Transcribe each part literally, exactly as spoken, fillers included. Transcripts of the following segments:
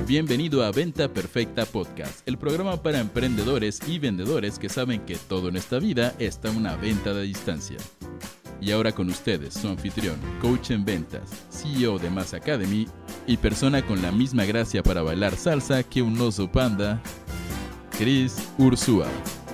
Bienvenido a Venta Perfecta Podcast, el programa para emprendedores y vendedores que saben que todo en esta vida está a una venta de distancia. Y ahora con ustedes, su anfitrión, coach en ventas, C E O de Mass Academy y persona con la misma gracia para bailar salsa que un oso panda, Chris Ursúa.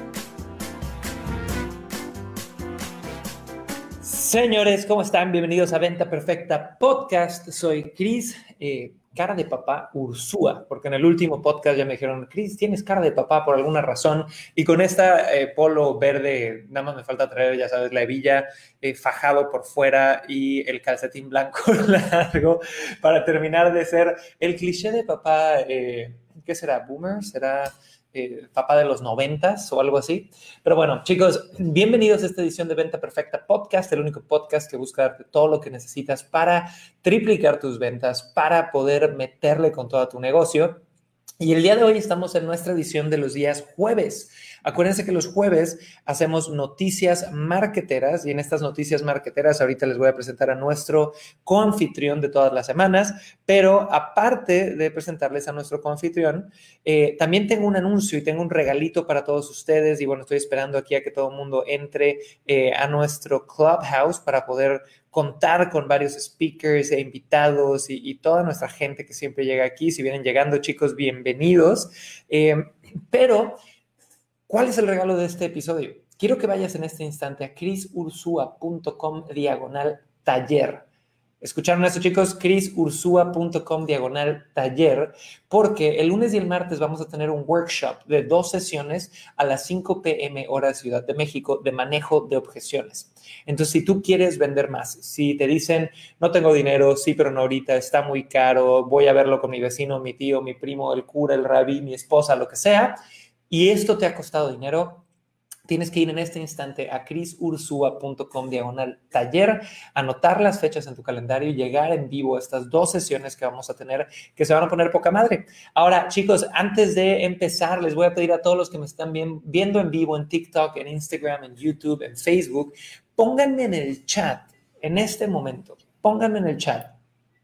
Señores, ¿cómo están? Bienvenidos a Venta Perfecta Podcast. Soy Chris, eh, cara de papá Ursúa, porque en el último podcast ya me dijeron, Chris, tienes cara de papá por alguna razón, y con esta eh, polo verde, nada más me falta traer, ya sabes, la hebilla eh, fajado por fuera y el calcetín blanco largo, para terminar de ser el cliché de papá, eh, ¿qué será? ¿Boomer? ¿Será eh, papá de los noventas o algo así? Pero bueno, chicos, bienvenidos a esta edición de Venta Perfecta Podcast, el único podcast que busca darte todo lo que necesitas para triplicar tus ventas, para poder meterle con todo tu negocio. Y el día de hoy estamos en nuestra edición de los días jueves. Acuérdense que los jueves hacemos noticias marqueteras, y en estas noticias marqueteras ahorita les voy a presentar a nuestro coanfitrión de todas las semanas, pero aparte de presentarles a nuestro coanfitrión, eh, también tengo un anuncio y tengo un regalito para todos ustedes, y bueno, estoy esperando aquí a que todo el mundo entre eh, a nuestro Clubhouse para poder contar con varios speakers e invitados y, y toda nuestra gente que siempre llega aquí. Si vienen llegando, chicos, bienvenidos. Eh, pero, ¿cuál es el regalo de este episodio? Quiero que vayas en este instante a chrisursua.com diagonal taller. ¿Escucharon eso, chicos? chrisursua.com diagonal taller, porque el lunes y el martes vamos a tener un workshop de dos sesiones a las cinco p.m. hora Ciudad de México de manejo de objeciones. Entonces, si tú quieres vender más, si te dicen, no tengo dinero, sí, pero no ahorita, está muy caro, voy a verlo con mi vecino, mi tío, mi primo, el cura, el rabí, mi esposa, lo que sea, y esto te ha costado dinero, tienes que ir en este instante a chrisursua.com diagonal taller, anotar las fechas en tu calendario y llegar en vivo a estas dos sesiones que vamos a tener, que se van a poner poca madre. Ahora, chicos, antes de empezar, les voy a pedir a todos los que me están bien, viendo en vivo en TikTok, en Instagram, en YouTube, en Facebook, pónganme en el chat, en este momento, pónganme en el chat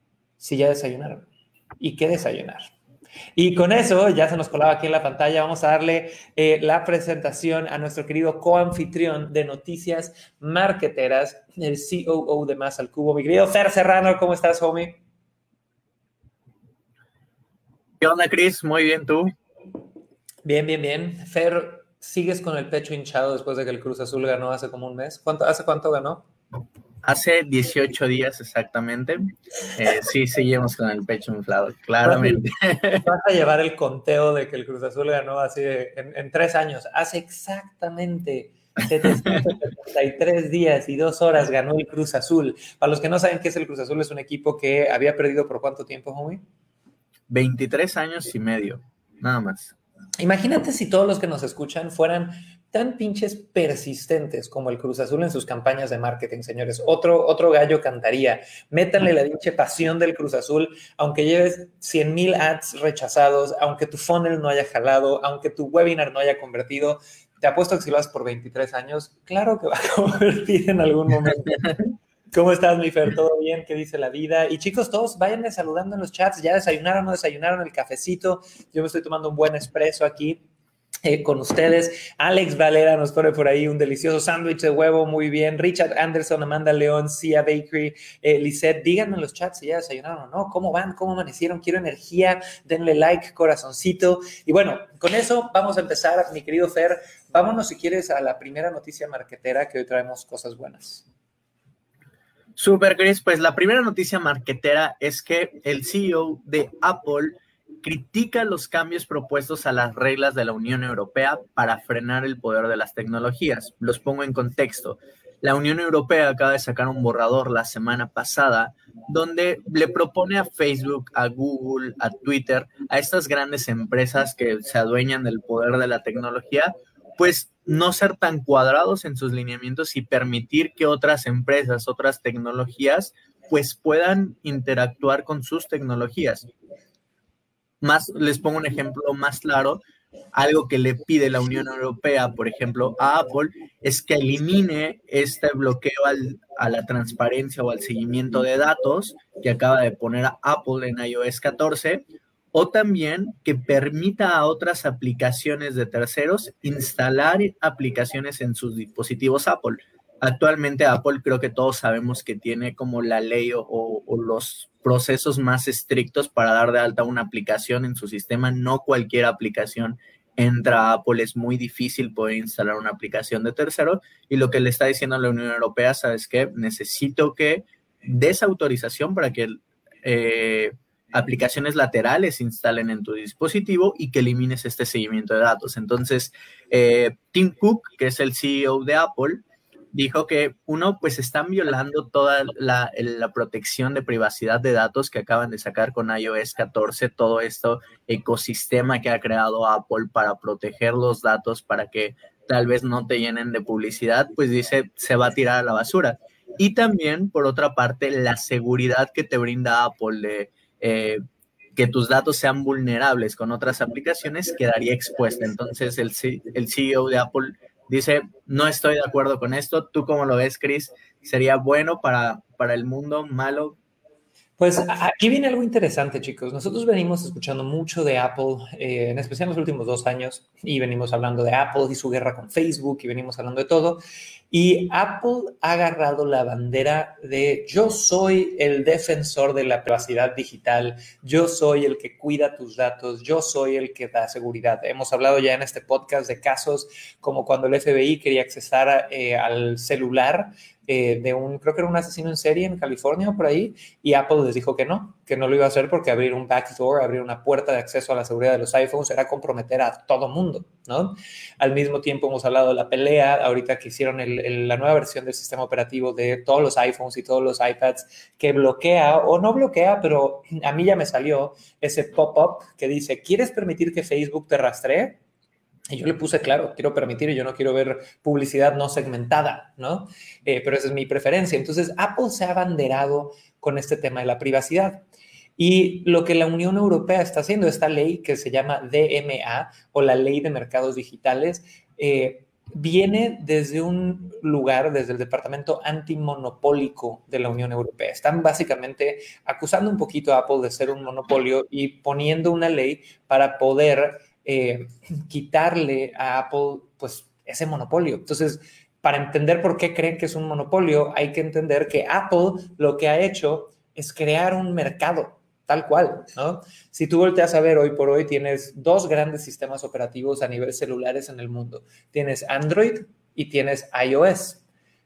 si ya desayunaron y qué desayunar. Y con eso, ya se nos colaba aquí en la pantalla, vamos a darle eh, la presentación a nuestro querido coanfitrión de noticias marqueteras, el C O O de Más al Cubo, mi querido Fer Serrano. ¿Cómo estás, homie? ¿Qué onda, Chris? Muy bien, ¿tú? Bien, bien, bien. Fer, ¿sigues con el pecho hinchado después de que el Cruz Azul ganó hace como un mes? ¿Cuánto, ¿Hace cuánto ganó? Hace dieciocho días exactamente. Eh, sí, seguimos con el pecho inflado, claramente. Vas a llevar el conteo de que el Cruz Azul ganó así de, en, en tres años. Hace exactamente setecientos setenta y tres días y dos horas ganó el Cruz Azul. Para los que no saben qué es el Cruz Azul, es un equipo que había perdido ¿por cuánto tiempo, homie? veintitrés años y medio, nada más. Imagínate si todos los que nos escuchan fueran tan pinches persistentes como el Cruz Azul en sus campañas de marketing, señores. Otro, otro gallo cantaría. Métanle la pinche pasión del Cruz Azul, aunque lleves cien mil ads rechazados, aunque tu funnel no haya jalado, aunque tu webinar no haya convertido. Te apuesto que si lo haces por veintitrés años, claro que va a convertir en algún momento. ¿Cómo estás, mi Fer? ¿Todo bien? ¿Qué dice la vida? Y chicos, todos váyanme saludando en los chats. ¿Ya desayunaron o no desayunaron el cafecito? Yo me estoy tomando un buen espresso aquí eh, con ustedes. Alex Valera nos pone por ahí un delicioso sándwich de huevo, muy bien. Richard Anderson, Amanda León, Cia Bakery, eh, Lisette, díganme en los chats si ya desayunaron o no. ¿Cómo van? ¿Cómo amanecieron? Quiero energía. Denle like, corazoncito. Y bueno, con eso vamos a empezar, mi querido Fer. Vámonos, si quieres, a la primera noticia marquetera, que hoy traemos cosas buenas. Super, Chris. Pues la primera noticia marquetera es que el C E O de Apple critica los cambios propuestos a las reglas de la Unión Europea para frenar el poder de las tecnologías. Los pongo en contexto. La Unión Europea acaba de sacar un borrador la semana pasada donde le propone a Facebook, a Google, a Twitter, a estas grandes empresas que se adueñan del poder de la tecnología, pues no ser tan cuadrados en sus lineamientos y permitir que otras empresas, otras tecnologías, pues puedan interactuar con sus tecnologías. Más, les pongo un ejemplo más claro. Algo que le pide la Unión Europea, por ejemplo, a Apple, es que elimine este bloqueo al, a la transparencia o al seguimiento de datos que acaba de poner a Apple en i O S catorce, o también que permita a otras aplicaciones de terceros instalar aplicaciones en sus dispositivos Apple. Actualmente Apple, creo que todos sabemos que tiene como la ley o, o los procesos más estrictos para dar de alta una aplicación en su sistema. No cualquier aplicación entra a Apple, es muy difícil poder instalar una aplicación de tercero, y lo que le está diciendo a la Unión Europea, ¿sabes qué? Necesito que des autorización para que eh, aplicaciones laterales se instalen en tu dispositivo y que elimines este seguimiento de datos. Entonces, eh, Tim Cook, que es el C E O de Apple, dijo que uno, pues están violando toda la, la protección de privacidad de datos que acaban de sacar con i O S catorce, todo esto ecosistema que ha creado Apple para proteger los datos, para que tal vez no te llenen de publicidad, pues dice, se va a tirar a la basura. Y también, por otra parte, la seguridad que te brinda Apple de eh, que tus datos sean vulnerables con otras aplicaciones quedaría expuesta. Entonces, el, C el C E O de Apple dice, no estoy de acuerdo con esto. ¿Tú cómo lo ves, Chris? ¿Sería bueno para, para el mundo, malo? Pues aquí viene algo interesante, chicos. Nosotros venimos escuchando mucho de Apple, eh, en especial en los últimos dos años, y venimos hablando de Apple y su guerra con Facebook, y venimos hablando de todo. Y Apple ha agarrado la bandera de yo soy el defensor de la privacidad digital, yo soy el que cuida tus datos, yo soy el que da seguridad. Hemos hablado ya en este podcast de casos como cuando el F B I quería accesar eh, al celular Eh, de un, creo que era un asesino en serie en California o por ahí, y Apple les dijo que no, que no lo iba a hacer porque abrir un backdoor, abrir una puerta de acceso a la seguridad de los iPhones era comprometer a todo mundo, ¿no? Al mismo tiempo hemos hablado de la pelea, ahorita que hicieron el, el, la nueva versión del sistema operativo de todos los iPhones y todos los iPads que bloquea, o no bloquea, pero a mí ya me salió ese pop-up que dice, ¿quieres permitir que Facebook te rastree? Y yo le puse, claro, quiero permitir, yo no quiero ver publicidad no segmentada, ¿no? Eh, pero esa es mi preferencia. Entonces, Apple se ha abanderado con este tema de la privacidad. Y lo que la Unión Europea está haciendo, esta ley que se llama D M A, o la Ley de Mercados Digitales, eh, viene desde un lugar, desde el Departamento Antimonopólico de la Unión Europea. Están básicamente acusando un poquito a Apple de ser un monopolio y poniendo una ley para poder Eh, quitarle a Apple pues ese monopolio. Entonces, para entender por qué creen que es un monopolio, hay que entender que Apple lo que ha hecho es crear un mercado, tal cual, ¿no? Si tú volteas a ver hoy por hoy, tienes dos grandes sistemas operativos a nivel celulares en el mundo. Tienes Android y tienes iOS.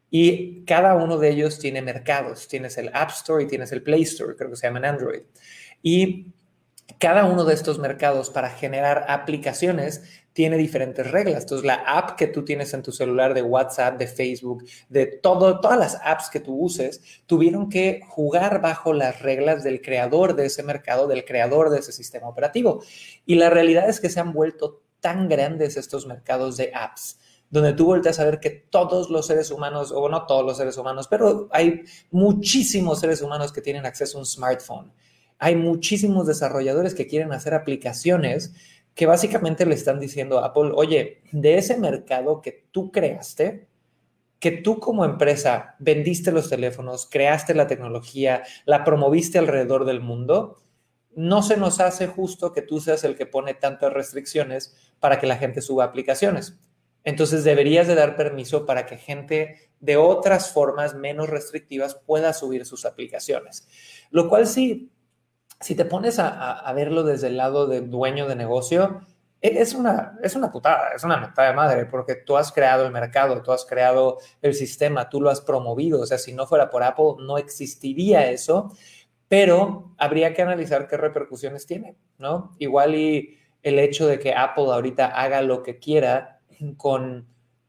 Y cada uno de ellos tiene mercados. Tienes el App Store y tienes el Play Store, creo que se llaman Android. Y cada uno de estos mercados para generar aplicaciones tiene diferentes reglas. Entonces, la app que tú tienes en tu celular de WhatsApp, de Facebook, de todo, todas las apps que tú uses, tuvieron que jugar bajo las reglas del creador de ese mercado, del creador de ese sistema operativo. Y la realidad es que se han vuelto tan grandes estos mercados de apps, donde tú volteas a ver que todos los seres humanos, o no todos los seres humanos, pero hay muchísimos seres humanos que tienen acceso a un smartphone. Hay muchísimos desarrolladores que quieren hacer aplicaciones que básicamente le están diciendo a Apple, oye, de ese mercado que tú creaste, que tú como empresa vendiste los teléfonos, creaste la tecnología, la promoviste alrededor del mundo, no se nos hace justo que tú seas el que pone tantas restricciones para que la gente suba aplicaciones. Entonces deberías de dar permiso para que gente de otras formas menos restrictivas pueda subir sus aplicaciones. Lo cual sí, si te pones a, a, a verlo desde el lado de dueño de negocio, es una, es una putada, es una mentada de madre, porque tú has creado el mercado, tú has creado el sistema, tú lo has promovido. O sea, si no fuera por Apple, no existiría eso, pero habría que analizar qué repercusiones tiene, ¿no? Igual y el hecho de que Apple ahorita haga lo que quiera con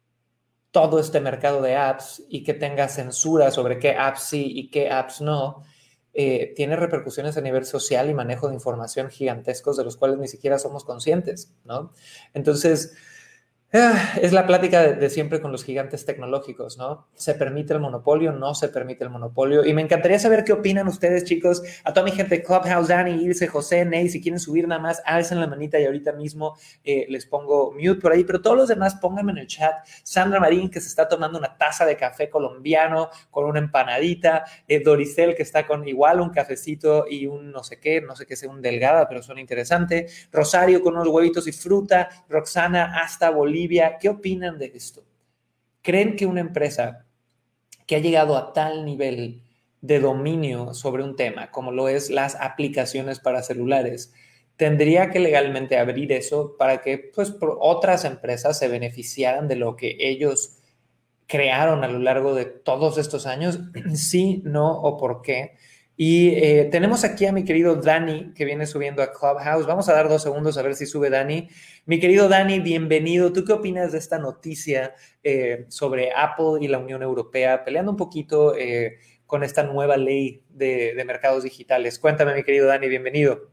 todo este mercado de apps y que tenga censura sobre qué apps sí y qué apps no, Eh, tiene repercusiones a nivel social y manejo de información gigantescos de los cuales ni siquiera somos conscientes, ¿no? Entonces, Es la plática de, de siempre con los gigantes tecnológicos, ¿no? ¿Se permite el monopolio? ¿No se permite el monopolio? Y me encantaría saber qué opinan ustedes, chicos. A toda mi gente de Clubhouse, Dani, Ilse, José, Ney, si quieren subir nada más, alcen la manita y ahorita mismo eh, les pongo mute por ahí. Pero todos los demás, pónganme en el chat. Sandra Marín, que se está tomando una taza de café colombiano con una empanadita. Eh, Doricel, que está con igual un cafecito y un no sé qué, no sé qué sea un delgada, pero suena interesante. Rosario con unos huevitos y fruta. Roxana hasta Bolivia. ¿Qué opinan de esto? ¿Creen que una empresa que ha llegado a tal nivel de dominio sobre un tema, como lo es las aplicaciones para celulares, tendría que legalmente abrir eso para que pues, otras empresas se beneficiaran de lo que ellos crearon a lo largo de todos estos años? ¿Sí, no o por qué? Y eh, tenemos aquí a mi querido Dani, que viene subiendo a Clubhouse. Vamos a dar dos segundos a ver si sube Dani. Mi querido Dani, bienvenido. ¿Tú qué opinas de esta noticia eh, sobre Apple y la Unión Europea peleando un poquito eh, con esta nueva ley de, de mercados digitales? Cuéntame, mi querido Dani, bienvenido.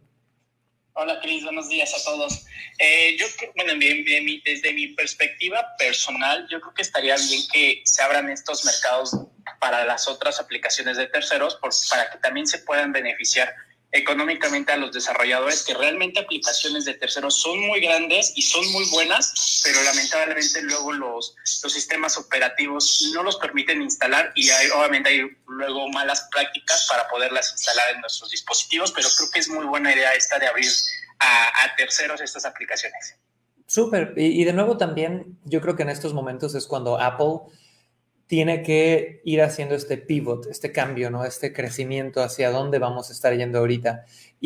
Hola, Cris, buenos días a todos. Eh, yo, bueno, bien, bien, desde mi perspectiva personal, yo creo que estaría bien que se abran estos mercados para las otras aplicaciones de terceros, por, para que también se puedan beneficiar económicamente a los desarrolladores, que realmente aplicaciones de terceros son muy grandes y son muy buenas, pero lamentablemente luego los, los sistemas operativos no los permiten instalar y hay, obviamente hay luego malas prácticas para poderlas instalar en nuestros dispositivos, pero creo que es muy buena idea esta de abrir a, a terceros estas aplicaciones. Súper. Y, y de nuevo también yo creo que en estos momentos es cuando Apple tiene que ir haciendo este pivot, este cambio, ¿no? Este crecimiento hacia dónde vamos a estar yendo ahorita.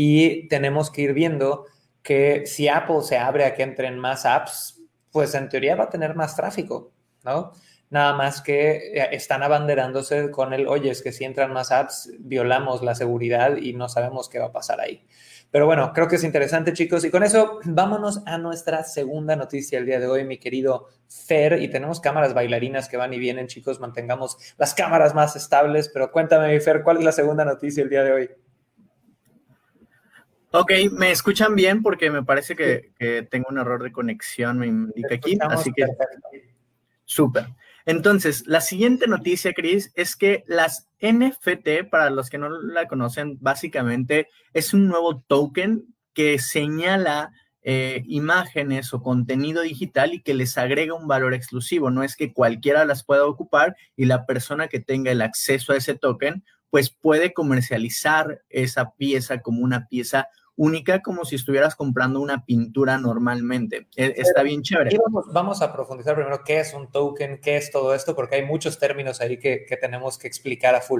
Y tenemos que ir viendo que si Apple se abre a que entren más apps, pues en teoría va a tener más tráfico, ¿no? Nada más que están abanderándose con el, oye, es que si entran más apps, violamos la seguridad y no sabemos qué va a pasar ahí. Pero bueno, creo que es interesante, chicos. Y con eso, vámonos a nuestra segunda noticia el día de hoy, mi querido Fer. Y tenemos cámaras bailarinas que van y vienen, chicos. Mantengamos las cámaras más estables. Pero cuéntame, mi Fer, ¿cuál es la segunda noticia el día de hoy? Ok, ¿me escuchan bien? Porque me parece que, que tengo un error de conexión, me indica aquí. Así que, súper. Entonces, la siguiente noticia, Cris, es que las N F T, para los que no la conocen, básicamente es un nuevo token que señala eh, imágenes o contenido digital y que les agrega un valor exclusivo. No es que cualquiera las pueda ocupar y la persona que tenga el acceso a ese token, pues puede comercializar esa pieza como una pieza única, como si estuvieras comprando una pintura normalmente. Está bien chévere. Y vamos, vamos a profundizar primero qué es un token, qué es todo esto, porque hay muchos términos ahí que, que tenemos que explicar a full.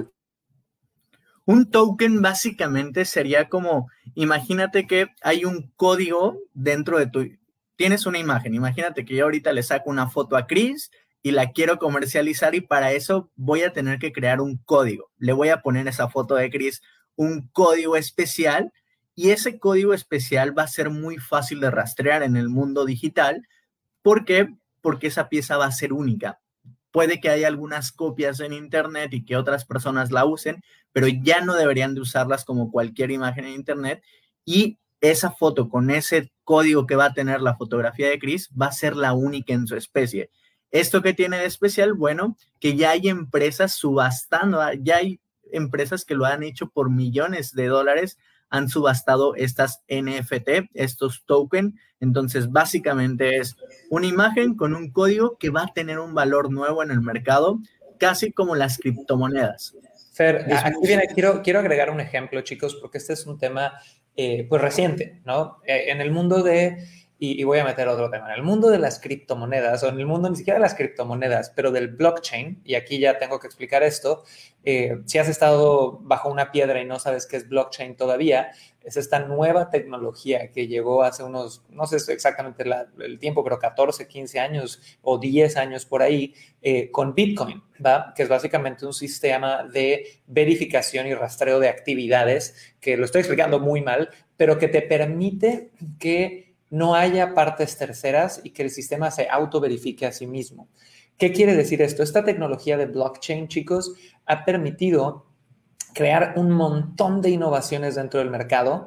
Un token básicamente sería como, imagínate que hay un código dentro de tu... Tienes una imagen, imagínate que yo ahorita le saco una foto a Cris y la quiero comercializar y para eso voy a tener que crear un código. Le voy a poner esa foto de Cris un código especial. Y ese código especial va a ser muy fácil de rastrear en el mundo digital. ¿Por qué? Porque esa pieza va a ser única. Puede que haya algunas copias en internet y que otras personas la usen, pero ya no deberían de usarlas como cualquier imagen en internet. Y esa foto con ese código que va a tener la fotografía de Cris va a ser la única en su especie. ¿Esto qué tiene de especial? Bueno, que ya hay empresas subastando, ya hay empresas que lo han hecho por millones de dólares, han subastado estas N F T, estos tokens. Entonces, básicamente es una imagen con un código que va a tener un valor nuevo en el mercado, casi como las criptomonedas. Fer, es aquí muy... viene, quiero, quiero agregar un ejemplo, chicos, porque este es un tema eh, pues reciente, ¿no? Eh, en el mundo de, y, y voy a meter otro tema, en el mundo de las criptomonedas, o en el mundo ni siquiera de las criptomonedas, pero del blockchain, y aquí ya tengo que explicar esto, eh, si has estado bajo una piedra y no sabes qué es blockchain todavía, es esta nueva tecnología que llegó hace unos, no sé exactamente la, el tiempo, pero catorce, quince años o diez años por ahí, eh, con Bitcoin, ¿va? Que es básicamente un sistema de verificación y rastreo de actividades, que lo estoy explicando muy mal, pero que te permite que no haya partes terceras y que el sistema se autoverifique a sí mismo. ¿Qué quiere decir esto? Esta tecnología de blockchain, chicos, ha permitido crear un montón de innovaciones dentro del mercado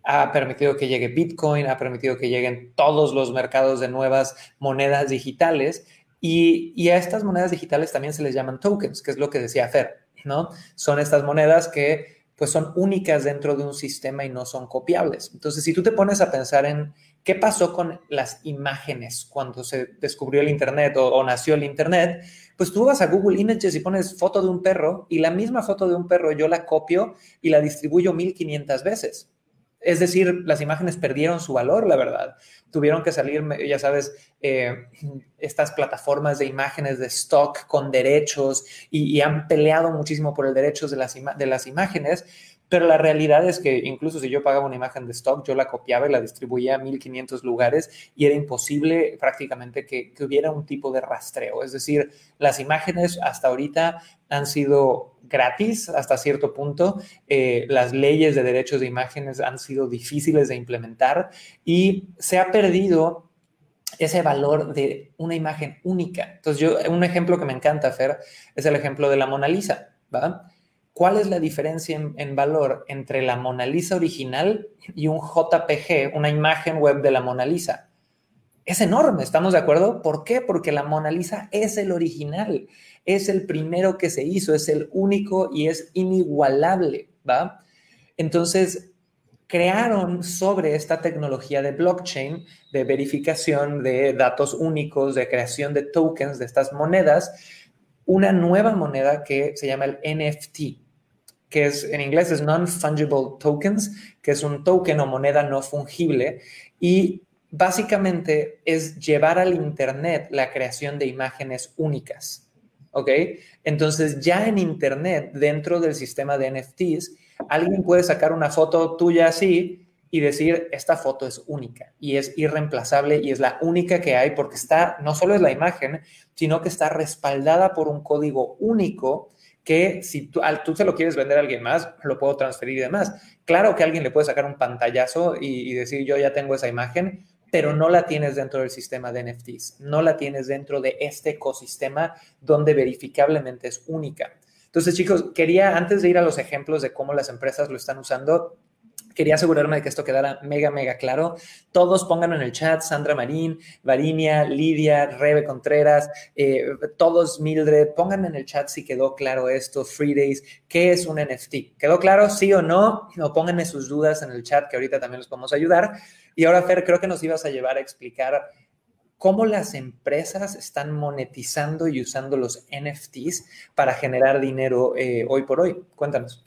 ha permitido que llegue Bitcoin, ha permitido que lleguen todos los mercados de nuevas monedas digitales y, y a estas monedas digitales también se les llaman tokens, que es lo que decía Fer, ¿no? Son estas monedas que pues son únicas dentro de un sistema y no son copiables. Entonces, si tú te pones a pensar en qué pasó con las imágenes cuando se descubrió el Internet o, o nació el Internet, pues tú vas a Google Images y pones foto de un perro y la misma foto de un perro yo la copio y la distribuyo mil quinientas veces. Es decir, las imágenes perdieron su valor, la verdad. Tuvieron que salir, ya sabes, eh, estas plataformas de imágenes de stock con derechos y, y han peleado muchísimo por el derecho de las, de las imágenes, pero la realidad es que incluso si yo pagaba una imagen de stock, yo la copiaba y la distribuía a mil quinientos lugares y era imposible prácticamente que, que hubiera un tipo de rastreo. Es decir, las imágenes hasta ahorita han sido gratis hasta cierto punto. Eh, las leyes de derechos de imágenes han sido difíciles de implementar y se ha perdido ese valor de una imagen única. Entonces, yo, un ejemplo que me encanta, Fer, es el ejemplo de la Mona Lisa, ¿va? ¿Cuál es la diferencia en, en valor entre la Mona Lisa original y un J P G, una imagen web de la Mona Lisa? Es enorme, ¿estamos de acuerdo? ¿Por qué? Porque la Mona Lisa es el original, es el primero que se hizo, es el único y es inigualable, ¿va? Entonces, crearon sobre esta tecnología de blockchain, de verificación de datos únicos, de creación de tokens, de estas monedas, una nueva moneda que se llama el N F T, que es, en inglés es Non-Fungible Tokens, que es un token o moneda no fungible, y básicamente es llevar al Internet la creación de imágenes únicas, ¿ok? Entonces, ya en Internet, dentro del sistema de N F Ts, alguien puede sacar una foto tuya así y decir, esta foto es única y es irreemplazable y es la única que hay porque está, no solo es la imagen, sino que está respaldada por un código único que si tú, al, tú se lo quieres vender a alguien más, lo puedo transferir y demás. Claro que alguien le puede sacar un pantallazo y, y decir, yo ya tengo esa imagen, pero no la tienes dentro del sistema de N F Ts, no la tienes dentro de este ecosistema donde verificablemente es única. Entonces, chicos, quería, antes de ir a los ejemplos de cómo las empresas lo están usando, quería asegurarme de que esto quedara mega, mega claro. Todos pónganlo en el chat, Sandra Marín, Varinia, Lidia, Rebe Contreras, eh, todos, Mildred, pónganme en el chat si quedó claro esto, Free Days, ¿qué es un N F T? ¿Quedó claro, sí o no? O pónganme sus dudas en el chat, que ahorita también los podemos ayudar. Y ahora, Fer, creo que nos ibas a llevar a explicar cómo las empresas están monetizando y usando los N F Ts para generar dinero eh, hoy por hoy. Cuéntanos.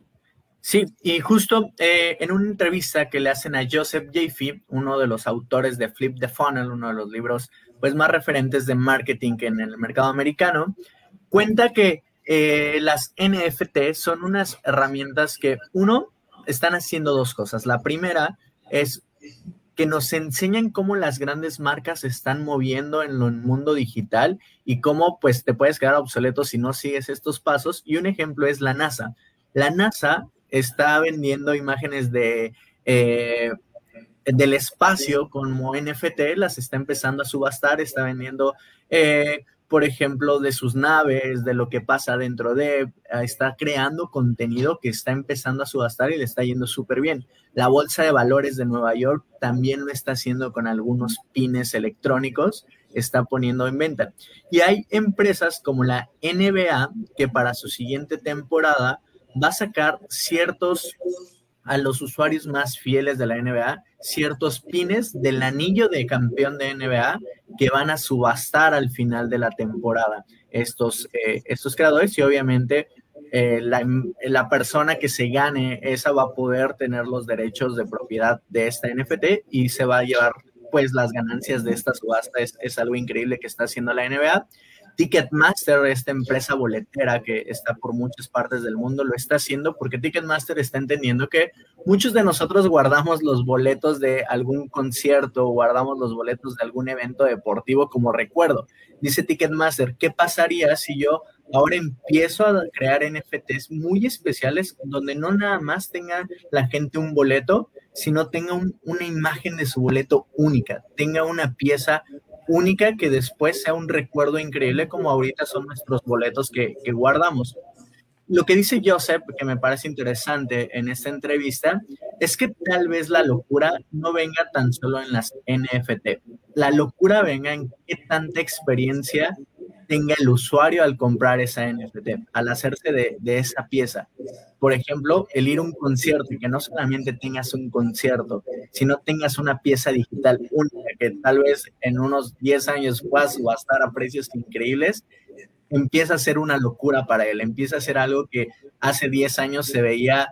Sí, y justo eh, en una entrevista que le hacen a Joseph Jaffe, uno de los autores de Flip the Funnel, uno de los libros pues, más referentes de marketing en el mercado americano, cuenta que eh, las N F T son unas herramientas que, uno, están haciendo dos cosas. La primera es que nos enseñan cómo las grandes marcas se están moviendo en el mundo digital y cómo pues, te puedes quedar obsoleto si no sigues estos pasos. Y un ejemplo es la NASA. La NASA está vendiendo imágenes de, eh, del espacio como N F T, las está empezando a subastar, está vendiendo, eh, por ejemplo, de sus naves, de lo que pasa dentro de, está creando contenido que está empezando a subastar y le está yendo súper bien. La Bolsa de Valores de Nueva York también lo está haciendo con algunos pines electrónicos, está poniendo en venta. Y hay empresas como la N B A que para su siguiente temporada va a sacar ciertos, a los usuarios más fieles de la N B A, ciertos pines del anillo de campeón de N B A que van a subastar al final de la temporada estos, eh, estos creadores y obviamente eh, la, la persona que se gane esa va a poder tener los derechos de propiedad de esta N F T y se va a llevar pues las ganancias de esta subasta. Es, es algo increíble que está haciendo la N B A. Ticketmaster, esta empresa boletera que está por muchas partes del mundo, lo está haciendo porque Ticketmaster está entendiendo que muchos de nosotros guardamos los boletos de algún concierto o guardamos los boletos de algún evento deportivo como recuerdo. Dice Ticketmaster, ¿qué pasaría si yo ahora empiezo a crear N F Ts muy especiales donde no nada más tenga la gente un boleto, sino tenga un, una imagen de su boleto única, tenga una pieza única que después sea un recuerdo increíble como ahorita son nuestros boletos que, que guardamos? lo que dice Joseph, que me parece interesante en esta entrevista, es que tal vez la locura no venga tan solo en las N F T. La locura venga en qué tanta experiencia tenga el usuario al comprar esa N F T, al hacerse de, de esa pieza. Por ejemplo, el ir a un concierto y que no solamente tengas un concierto, sino tengas una pieza digital única que tal vez en unos diez años puedas subastar a precios increíbles, empieza a ser una locura para él, empieza a ser algo que hace diez años se veía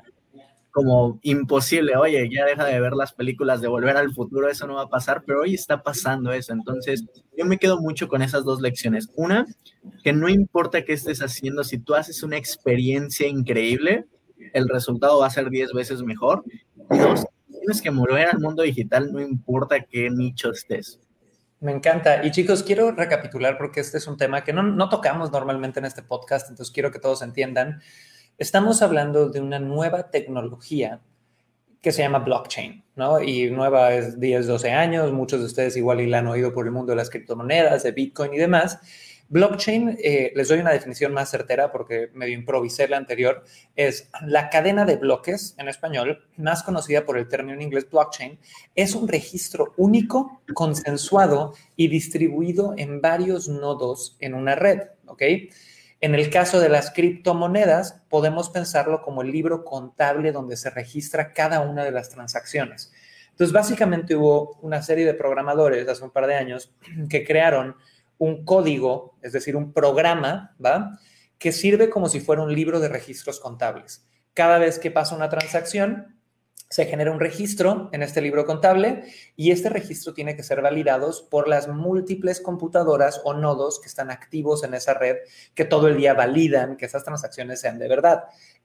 como imposible. Oye, ya deja de ver las películas de Volver al Futuro, eso no va a pasar, pero hoy está pasando eso. Entonces, yo me quedo mucho con esas dos lecciones. Una, que no importa qué estés haciendo, si tú haces una experiencia increíble, el resultado va a ser diez veces mejor. Y dos, tienes que volver al mundo digital, no importa qué nicho estés. Me encanta. Y chicos, quiero recapitular porque este es un tema que no, no tocamos normalmente en este podcast, entonces quiero que todos entiendan. Estamos hablando de una nueva tecnología que se llama blockchain, ¿no? Y nueva es diez, doce años, muchos de ustedes igual y la han oído por el mundo de las criptomonedas, de Bitcoin y demás. Blockchain, eh, les doy una definición más certera porque medio improvisé la anterior, es la cadena de bloques, en español, más conocida por el término en inglés blockchain, es un registro único, consensuado y distribuido en varios nodos en una red, ¿ok? En el caso de las criptomonedas, podemos pensarlo como el libro contable donde se registra cada una de las transacciones. Entonces, básicamente hubo una serie de programadores hace un par de años que crearon un código, es decir, un programa, ¿va? Que sirve como si fuera un libro de registros contables. Cada vez que pasa una transacción, se genera un registro en este libro contable y este registro tiene que ser validado por las múltiples computadoras o nodos que están activos en esa red, que todo el día validan que esas transacciones sean de verdad.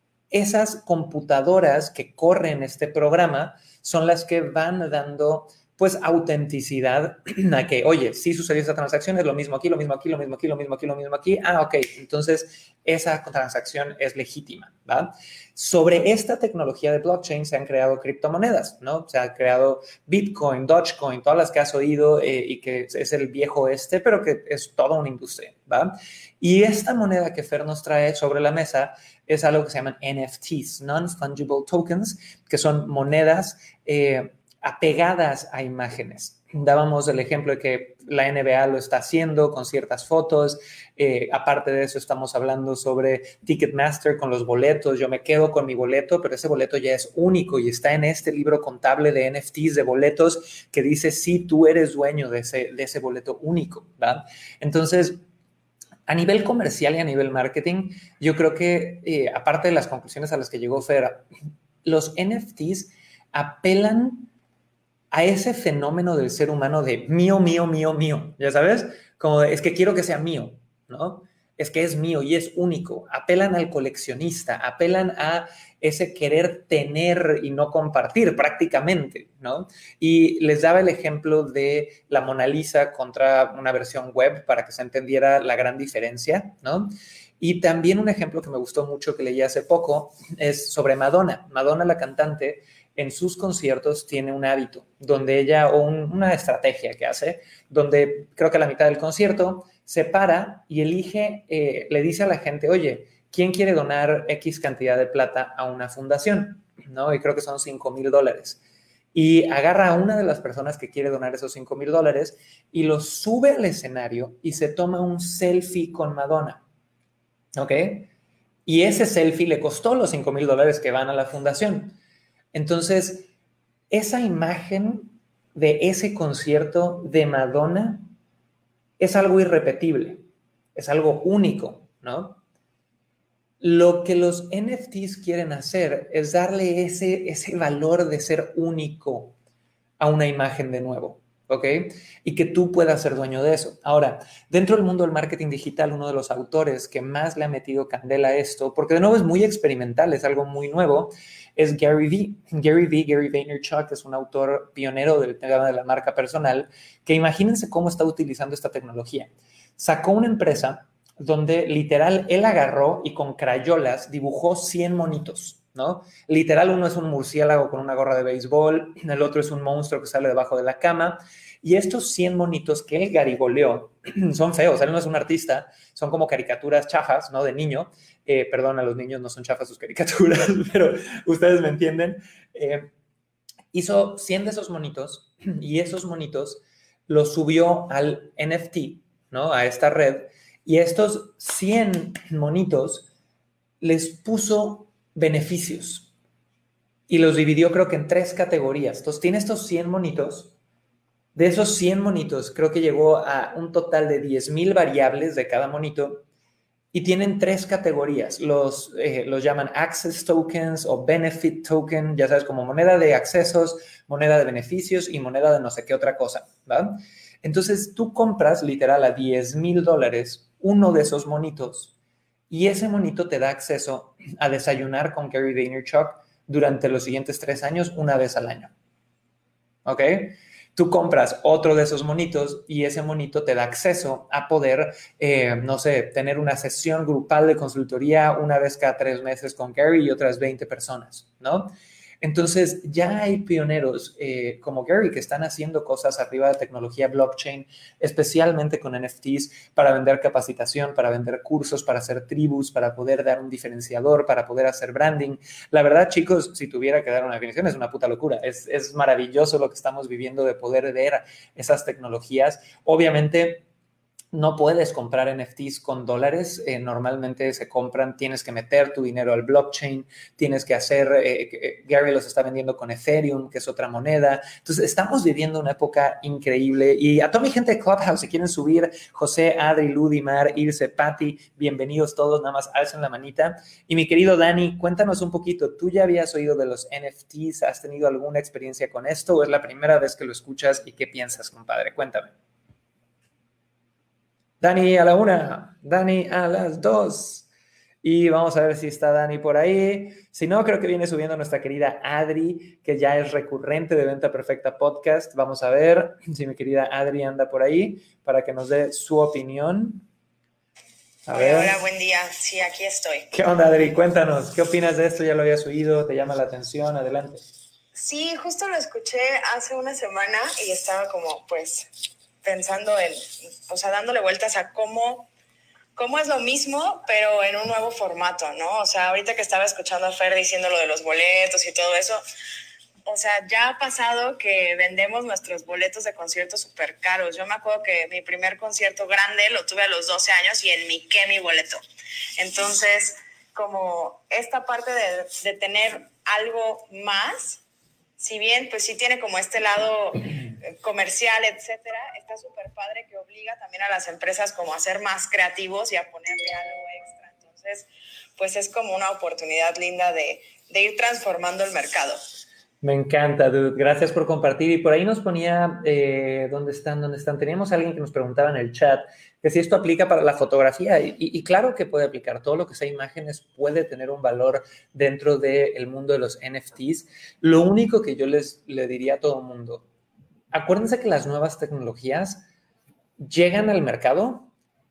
Esas computadoras que corren este programa son las que van dando pues autenticidad a que, oye, sí sucedió esa transacción, es lo mismo aquí, lo mismo aquí, lo mismo aquí, lo mismo aquí, lo mismo aquí. Ah, ok, entonces esa transacción es legítima, ¿va? Sobre esta tecnología de blockchain se han creado criptomonedas, ¿no? Se ha creado Bitcoin, Dogecoin, todas las que has oído eh, y que es el viejo este, pero que es toda una industria, ¿va? Y esta moneda que Fer nos trae sobre la mesa es algo que se llaman N F Ts, Non-Fungible Tokens, que son monedas eh, apegadas a imágenes. Dábamos el ejemplo de que la N B A lo está haciendo con ciertas fotos. Eh, aparte de eso, estamos hablando sobre Ticketmaster con los boletos. Yo me quedo con mi boleto, pero ese boleto ya es único y está en este libro contable de N F Ts, de boletos, que dice si sí, tú eres dueño de ese, de ese boleto único, ¿verdad? Entonces, a nivel comercial y a nivel marketing, yo creo que, eh, aparte de las conclusiones a las que llegó Fer, los N F Ts apelan a ese fenómeno del ser humano de mío, mío, mío, mío, ya sabes, como de, es que quiero que sea mío, ¿no? Es que es mío y es único. Apelan al coleccionista, apelan a ese querer tener y no compartir prácticamente, ¿no? Y les daba el ejemplo de la Mona Lisa contra una versión web para que se entendiera la gran diferencia, ¿no? Y también un ejemplo que me gustó mucho que leí hace poco es sobre Madonna. Madonna, la cantante, en sus conciertos tiene un hábito donde ella, o un, una estrategia que hace, donde creo que a la mitad del concierto se para y elige, eh, le dice a la gente, oye, ¿quién quiere donar X cantidad de plata a una fundación? ¿No? Y creo que son cinco mil dólares. Y agarra a una de las personas que quiere donar esos cinco mil dólares y lo sube al escenario y se toma un selfie con Madonna. ¿Ok? Y ese selfie le costó los cinco mil dólares que van a la fundación. Entonces, esa imagen de ese concierto de Madonna es algo irrepetible, es algo único, ¿no? Lo que los N F Ts quieren hacer es darle ese, ese valor de ser único a una imagen de nuevo, ¿ok? Y que tú puedas ser dueño de eso. Ahora, dentro del mundo del marketing digital, uno de los autores que más le ha metido candela a esto, porque de nuevo es muy experimental, es algo muy nuevo, es Gary Vee. Gary Vee, Gary Vaynerchuk, es un autor pionero del tema de la marca personal, que imagínense cómo está utilizando esta tecnología. Sacó una empresa donde literal él agarró y con crayolas dibujó cien monitos, ¿no? Literal, uno es un murciélago con una gorra de béisbol, el otro es un monstruo que sale debajo de la cama, y estos cien monitos que él garigoleó son feos, él no es un artista, son como caricaturas chafas, ¿no? De niño, eh, perdón, a los niños no son chafas sus caricaturas, pero ustedes me entienden. Eh, hizo cien de esos monitos, y esos monitos los subió al N F T, ¿no? A esta red, y estos cien monitos les puso beneficios y los dividió creo que en tres categorías. Entonces tiene estos cien monitos. De esos cien monitos creo que llegó a un total de diez mil variables de cada monito y tienen tres categorías. Los, eh, los llaman Access Tokens o Benefit Token, ya sabes, como moneda de accesos, moneda de beneficios y moneda de no sé qué otra cosa, ¿verdad? Entonces tú compras literal a diez mil dólares uno de esos monitos y ese monito te da acceso a desayunar con Gary Vaynerchuk durante los siguientes tres años una vez al año. ¿Ok? Tú compras otro de esos monitos y ese monito te da acceso a poder, eh, no sé, tener una sesión grupal de consultoría una vez cada tres meses con Gary y otras veinte personas, ¿no? Entonces, ya hay pioneros eh, como Gary que están haciendo cosas arriba de tecnología blockchain, especialmente con N F Ts, para vender capacitación, para vender cursos, para hacer tribus, para poder dar un diferenciador, para poder hacer branding. La verdad, chicos, si tuviera que dar una definición, es una puta locura. Es, es maravilloso lo que estamos viviendo de poder ver esas tecnologías. Obviamente, no puedes comprar N F Ts con dólares, eh, normalmente se compran, tienes que meter tu dinero al blockchain, tienes que hacer, eh, Gary los está vendiendo con Ethereum, que es otra moneda. Entonces, estamos viviendo una época increíble. Y a toda mi gente de Clubhouse, si quieren subir, José, Adri, Ludimar, Ilse, Patti, bienvenidos todos, nada más alcen la manita. Y mi querido Dani, cuéntanos un poquito, ¿tú ya habías oído de los N F Ts? ¿Has tenido alguna experiencia con esto o es la primera vez que lo escuchas? ¿Y qué piensas, compadre? Cuéntame. Dani a la una, Dani a las dos. Y vamos a ver si está Dani por ahí. Si no, creo que viene subiendo nuestra querida Adri, que ya es recurrente de Venta Perfecta Podcast. Vamos a ver si mi querida Adri anda por ahí para que nos dé su opinión. A hola, ver. Hola, buen día. Sí, aquí estoy. ¿Qué onda, Adri? Cuéntanos, ¿qué opinas de esto? ¿Ya lo habías oído? ¿Te llama la atención? Adelante. Sí, justo lo escuché hace una semana y estaba como, pues... pensando en, o sea, dándole vueltas a cómo, cómo es lo mismo, pero en un nuevo formato, ¿no? O sea, ahorita que estaba escuchando a Fer diciendo lo de los boletos y todo eso, o sea, ya ha pasado que vendemos nuestros boletos de conciertos súper caros. Yo me acuerdo que mi primer concierto grande lo tuve a los doce años y enmiqué mi boleto. Entonces, como esta parte de, de tener algo más, si bien, pues sí tiene como este lado comercial, etcétera, está súper padre que obliga también a las empresas como a ser más creativos y a ponerle algo extra. Entonces, pues es como una oportunidad linda de, de ir transformando el mercado. Me encanta, dude. Gracias por compartir. Y por ahí nos ponía, eh, ¿dónde están? ¿Dónde están? Teníamos a alguien que nos preguntaba en el chat que si esto aplica para la fotografía. Y, y, y claro que puede aplicar. Todo lo que sea imágenes puede tener un valor dentro del mundo de los N F Ts. Lo único que yo les le diría a todo el mundo, acuérdense que las nuevas tecnologías llegan al mercado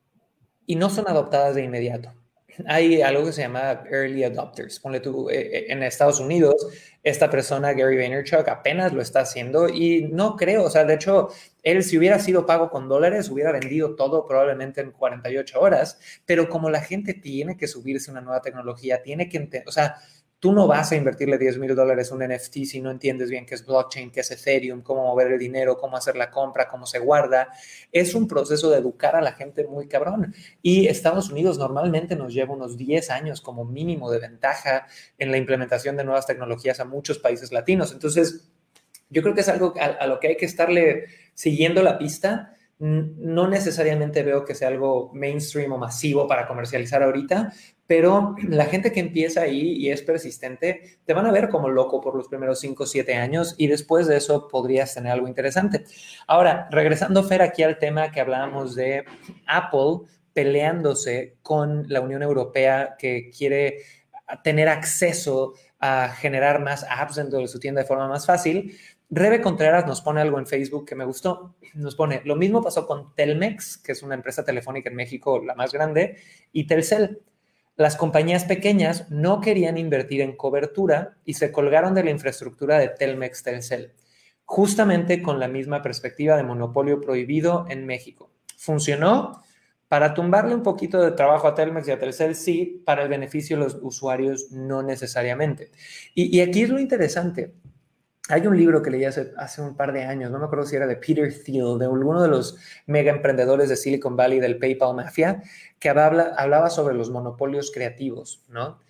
y no son adoptadas de inmediato. Hay algo que se llama early adopters. Ponle tú, eh, en Estados Unidos, esta persona, Gary Vaynerchuk, apenas lo está haciendo y no creo, o sea, de hecho, él si hubiera sido pago con dólares, hubiera vendido todo probablemente en cuarenta y ocho horas, pero como la gente tiene que subirse a una nueva tecnología, tiene que entender, o sea, tú no vas a invertirle diez mil dólares a un N F T si no entiendes bien qué es blockchain, qué es Ethereum, cómo mover el dinero, cómo hacer la compra, cómo se guarda. Es un proceso de educar a la gente muy cabrón. Y Estados Unidos normalmente nos lleva unos diez años como mínimo de ventaja en la implementación de nuevas tecnologías a muchos países latinos. Entonces, yo creo que es algo a, a lo que hay que estarle siguiendo la pista. No necesariamente veo que sea algo mainstream o masivo para comercializar ahorita, pero la gente que empieza ahí y es persistente, te van a ver como loco por los primeros cinco o siete años y después de eso podrías tener algo interesante. Ahora, regresando, Fer, aquí al tema que hablábamos de Apple peleándose con la Unión Europea que quiere tener acceso a generar más apps dentro de su tienda de forma más fácil. Rebe Contreras nos pone algo en Facebook que me gustó. Nos pone, lo mismo pasó con Telmex, que es una empresa telefónica en México, la más grande, y Telcel. Las compañías pequeñas no querían invertir en cobertura y se colgaron de la infraestructura de Telmex Telcel, justamente con la misma perspectiva de monopolio prohibido en México. ¿Funcionó? Para tumbarle un poquito de trabajo a Telmex y a Telcel, sí, para el beneficio de los usuarios, no necesariamente. Y, y aquí es lo interesante. Hay un libro que leí hace, hace un par de años, no me acuerdo si era de Peter Thiel, de alguno de los mega emprendedores de Silicon Valley, del PayPal Mafia, que habla, hablaba sobre los monopolios creativos, ¿no?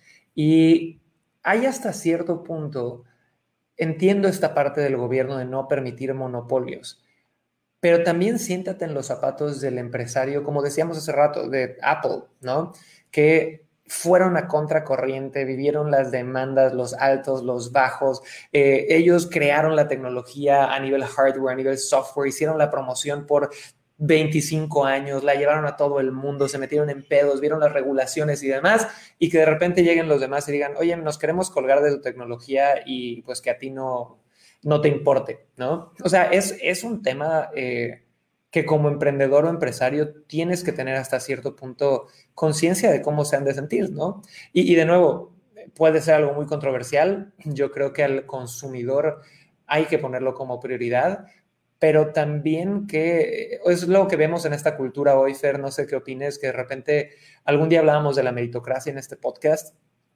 Y hay hasta cierto punto, entiendo esta parte del gobierno de no permitir monopolios, pero también siéntate en los zapatos del empresario, como decíamos hace rato, de Apple, ¿no? Que fueron a contracorriente, vivieron las demandas, los altos, los bajos. Eh, ellos crearon la tecnología a nivel hardware, a nivel software, hicieron la promoción por veinticinco años, la llevaron a todo el mundo, se metieron en pedos, vieron las regulaciones y demás, y que de repente lleguen los demás y digan, oye, nos queremos colgar de tu tecnología y pues que a ti no, no te importe, ¿no? O sea, es, es un tema eh, que como emprendedor o empresario tienes que tener hasta cierto punto conciencia de cómo se han de sentir, ¿no? Y, y de nuevo, puede ser algo muy controversial. Yo creo que al consumidor hay que ponerlo como prioridad, pero también que es lo que vemos en esta cultura hoy, Fer, no sé qué opines, que de repente algún día hablábamos de la meritocracia en este podcast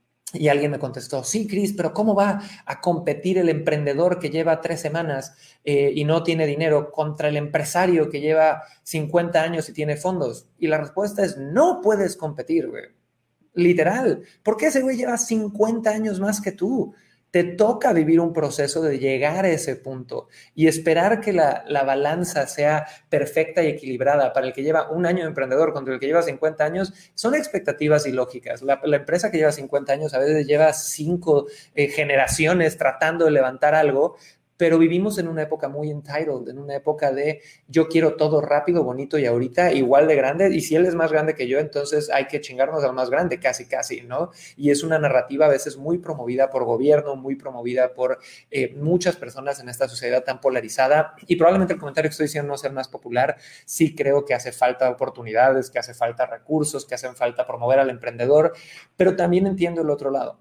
y alguien me contestó, sí, Cris, pero ¿cómo va a competir el emprendedor que lleva tres semanas eh, y no tiene dinero contra el empresario que lleva cincuenta años y tiene fondos? Y la respuesta es, no puedes competir, güey. Literal. ¿Por qué ese güey lleva cincuenta años más que tú? Te toca vivir un proceso de llegar a ese punto y esperar que la, la balanza sea perfecta y equilibrada para el que lleva un año de emprendedor contra el que lleva cincuenta años, son expectativas ilógicas. La, la empresa que lleva cincuenta años a veces lleva cinco eh, generaciones tratando de levantar algo, pero vivimos en una época muy entitled, en una época de yo quiero todo rápido, bonito y ahorita igual de grande, y si él es más grande que yo, entonces hay que chingarnos al más grande, casi, casi, ¿no? Y es una narrativa a veces muy promovida por gobierno, muy promovida por eh, muchas personas en esta sociedad tan polarizada, y probablemente el comentario que estoy diciendo no sea el más popular. Sí creo que hace falta oportunidades, que hace falta recursos, que hacen falta promover al emprendedor, pero también entiendo el otro lado.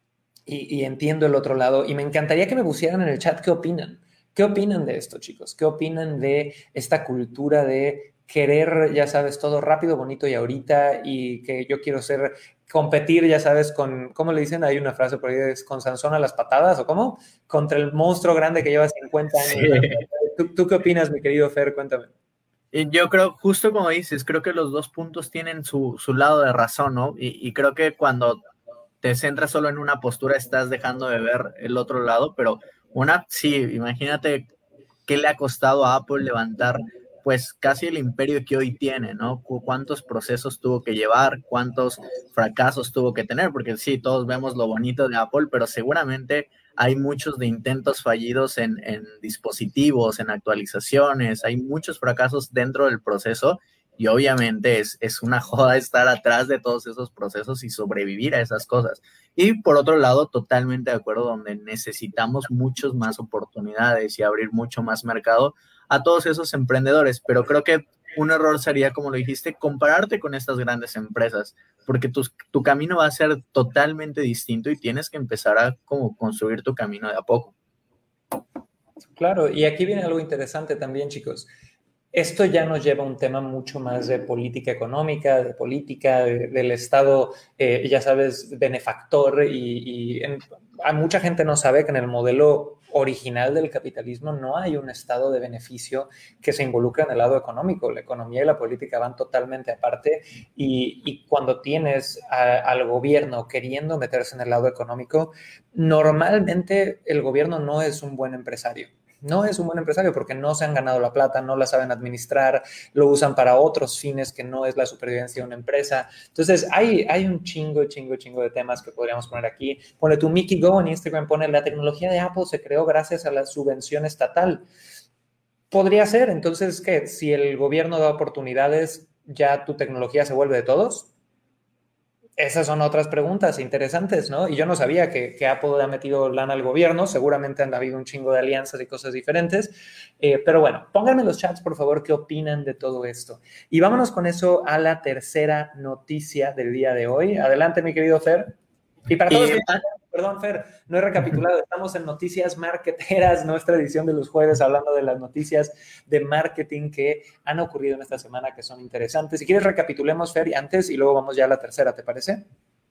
Y, y entiendo el otro lado, y me encantaría que me pusieran en el chat qué opinan. ¿Qué opinan de esto, chicos? ¿Qué opinan de esta cultura de querer, ya sabes, todo rápido, bonito y ahorita, y que yo quiero ser, competir, ya sabes, con, ¿cómo le dicen? Hay una frase por ahí, es con Sansón a las patadas, ¿o cómo? Contra el monstruo grande que lleva cincuenta años. Sí. ¿Tú, ¿Tú qué opinas, mi querido Fer? Cuéntame. Yo creo, justo como dices, creo que los dos puntos tienen su, su lado de razón, ¿no? Y, y creo que cuando te centras solo en una postura, estás dejando de ver el otro lado, pero una, sí, imagínate qué le ha costado a Apple levantar pues casi el imperio que hoy tiene, ¿no? Cuántos procesos tuvo que llevar, cuántos fracasos tuvo que tener, porque sí, todos vemos lo bonito de Apple, pero seguramente hay muchos de intentos fallidos en, en dispositivos, en actualizaciones, hay muchos fracasos dentro del proceso. Y obviamente es, es una joda estar atrás de todos esos procesos y sobrevivir a esas cosas. Y por otro lado, totalmente de acuerdo, donde necesitamos muchas más oportunidades y abrir mucho más mercado a todos esos emprendedores. Pero creo que un error sería, como lo dijiste, compararte con estas grandes empresas, porque tu, tu camino va a ser totalmente distinto y tienes que empezar a como construir tu camino de a poco. Claro, y aquí viene algo interesante también, chicos. Esto ya nos lleva a un tema mucho más de política económica, de política, de, del Estado, eh, ya sabes, benefactor, y, y en, mucha gente no sabe que en el modelo original del capitalismo no hay un Estado de beneficio que se involucre en el lado económico. La economía y la política van totalmente aparte, y, y cuando tienes a, al gobierno queriendo meterse en el lado económico, normalmente el gobierno no es un buen empresario. No es un buen empresario porque no se han ganado la plata, no la saben administrar, lo usan para otros fines que no es la supervivencia de una empresa. Entonces, hay, hay un chingo, chingo, chingo de temas que podríamos poner aquí. Pone tu Mickey Go en Instagram, pone la tecnología de Apple se creó gracias a la subvención estatal. Podría ser. Entonces, ¿qué? Si el gobierno da oportunidades, ¿ya tu tecnología se vuelve de todos? esas son otras preguntas interesantes, ¿no? Y yo no sabía que, que Apple ha metido lana al gobierno, seguramente han habido un chingo de alianzas y cosas diferentes, eh, pero bueno, pónganme en los chats, por favor, qué opinan de todo esto. Y vámonos con eso a la tercera noticia del día de hoy. Adelante, mi querido Fer. Y para todos, eh, que... perdón, Fer, no he recapitulado, estamos en Noticias Marketeras, nuestra edición de los jueves, hablando de las noticias de marketing que han ocurrido en esta semana, que son interesantes. Si quieres, recapitulemos, Fer, antes y luego vamos ya a la tercera, ¿te parece?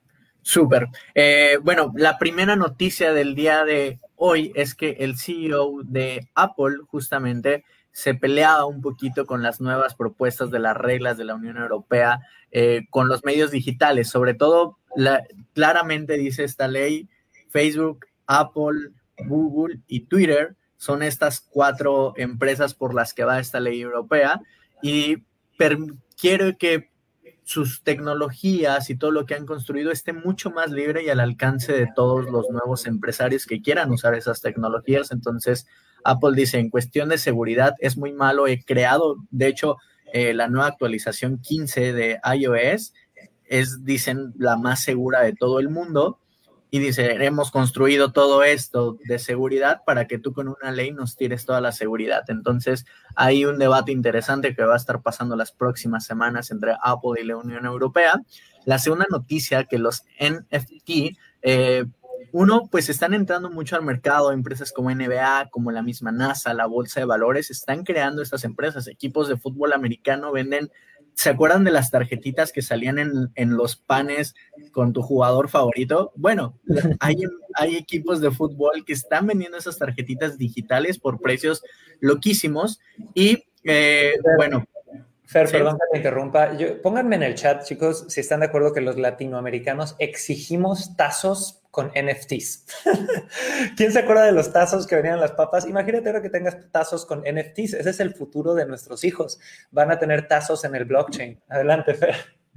Súper. Eh, bueno, la primera noticia del día de hoy es que el C E O de Apple justamente se peleaba un poquito con las nuevas propuestas de las reglas de la Unión Europea eh, con los medios digitales. Sobre todo, la, claramente dice esta ley, Facebook, Apple, Google y Twitter son estas cuatro empresas por las que va esta ley europea y per, quiero que sus tecnologías y todo lo que han construido esté mucho más libre y al alcance de todos los nuevos empresarios que quieran usar esas tecnologías. Entonces, Apple dice, en cuestión de seguridad es muy malo, he creado, de hecho, eh, la nueva actualización quince de iOS es, dicen, la más segura de todo el mundo. Y dice, hemos construido todo esto de seguridad para que tú con una ley nos tires toda la seguridad. Entonces, hay un debate interesante que va a estar pasando las próximas semanas entre Apple y la Unión Europea. La segunda noticia, que los N F T, eh, uno, pues están entrando mucho al mercado, empresas como N B A, como la misma NASA, la Bolsa de Valores, están creando estas empresas. Equipos de fútbol americano venden... ¿Se acuerdan de las tarjetitas que salían en, en los panes con tu jugador favorito? Bueno, hay, hay equipos de fútbol que están vendiendo esas tarjetitas digitales por precios loquísimos y, eh, Fer, bueno... Fer, ¿sí? Perdón que te interrumpa. Yo, pónganme en el chat, chicos, si están de acuerdo que los latinoamericanos exigimos tazos con N F Ts. ¿Quién se acuerda de los tazos que venían en las papas? Imagínate ahora que tengas tazos con N F Ts. Ese es el futuro de nuestros hijos. Van a tener tazos en el blockchain. Adelante, Fer.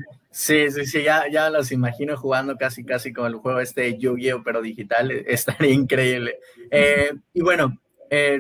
Sí, sí, sí, ya, ya los imagino jugando casi, casi como el juego este de Yu-Gi-Oh, pero digital. Estaría increíble. Eh, y bueno, eh,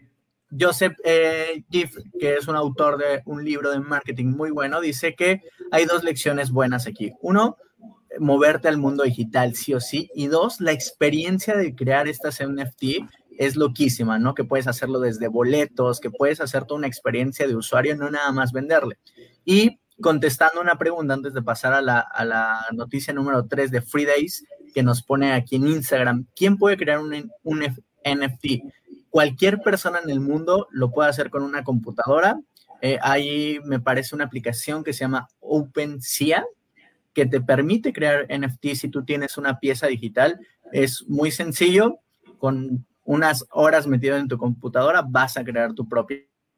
Joseph eh, Giff, que es un autor de un libro de marketing muy bueno, dice que hay dos lecciones buenas aquí. Uno, moverte al mundo digital sí o sí, y dos, la experiencia de crear estas N F T es loquísima, ¿no? Que puedes hacerlo desde boletos, que puedes hacer toda una experiencia de usuario, no nada más venderle. Y contestando una pregunta antes de pasar a la, a la noticia número tres de Free Days, que nos pone aquí en Instagram, ¿quién puede crear un, un N F T? Cualquier persona en el mundo lo puede hacer con una computadora. Eh, ahí me parece una aplicación que se llama OpenSea, que te permite crear N F T si tú tienes una pieza digital. Es muy sencillo, con unas horas metido en tu computadora vas a crear tu propia.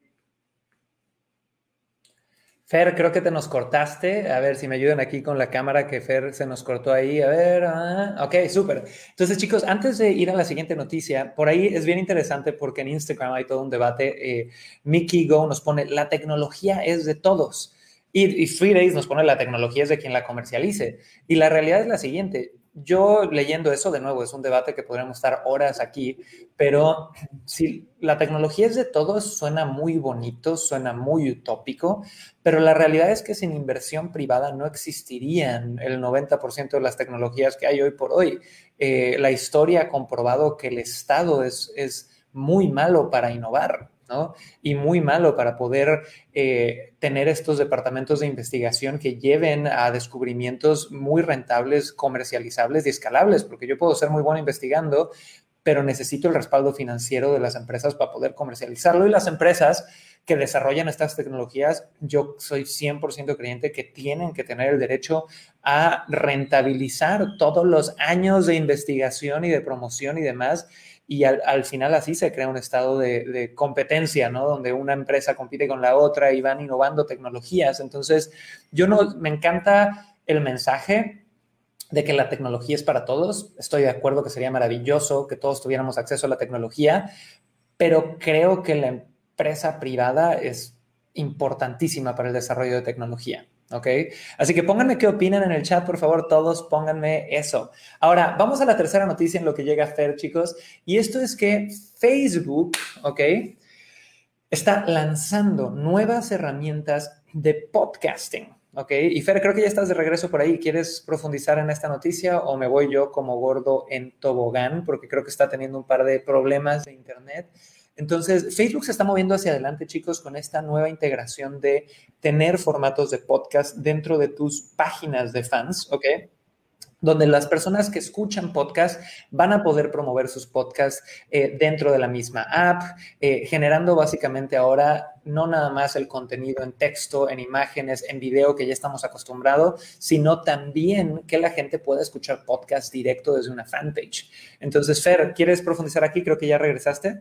Fer, creo que te nos cortaste. A ver si me ayudan aquí con la cámara, que Fer se nos cortó ahí. A ver, ah, ok, súper. Entonces, chicos, antes de ir a la siguiente noticia, por ahí es bien interesante porque en Instagram hay todo un debate. Eh, Mickey Go nos pone, la tecnología es de todos. Y, y Free Days nos pone, la tecnología es de quien la comercialice. Y la realidad es la siguiente. Yo leyendo eso, de nuevo, es un debate que podríamos estar horas aquí, pero si la tecnología es de todos, suena muy bonito, suena muy utópico, pero la realidad es que sin inversión privada no existirían el noventa por ciento de las tecnologías que hay hoy por hoy. Eh, la historia ha comprobado que el Estado es, es muy malo para innovar, ¿no? Y muy malo para poder eh, tener estos departamentos de investigación que lleven a descubrimientos muy rentables, comercializables y escalables, porque yo puedo ser muy bueno investigando, pero necesito el respaldo financiero de las empresas para poder comercializarlo, y las empresas que desarrollan estas tecnologías, yo soy cien por ciento creyente que tienen que tener el derecho a rentabilizar todos los años de investigación y de promoción y demás. Y al, al final así se crea un estado de, de competencia, ¿no? Donde una empresa compite con la otra y van innovando tecnologías. Entonces, yo no, me encanta el mensaje de que la tecnología es para todos. Estoy de acuerdo que sería maravilloso que todos tuviéramos acceso a la tecnología, pero creo que la empresa privada es importantísima para el desarrollo de tecnología. ¿Ok? Así que pónganme qué opinan en el chat, por favor, todos pónganme eso. Ahora, vamos a la tercera noticia en lo que llega Fer, chicos, y esto es que Facebook, ¿ok?, está lanzando nuevas herramientas de podcasting, Ok, y Fer, creo que ya estás de regreso por ahí. ¿Quieres profundizar en esta noticia o me voy yo como gordo en tobogán? Porque creo que está teniendo un par de problemas de internet. Entonces, Facebook se está moviendo hacia adelante, chicos, con esta nueva integración de tener formatos de podcast dentro de tus páginas de fans, ¿ok? Donde las personas que escuchan podcast van a poder promover sus podcasts eh, dentro de la misma app, eh, generando básicamente ahora no nada más el contenido en texto, en imágenes, en video que ya estamos acostumbrados, sino también que la gente pueda escuchar podcast directo desde una fanpage. Entonces, Fer, ¿quieres profundizar aquí? Creo que ya regresaste.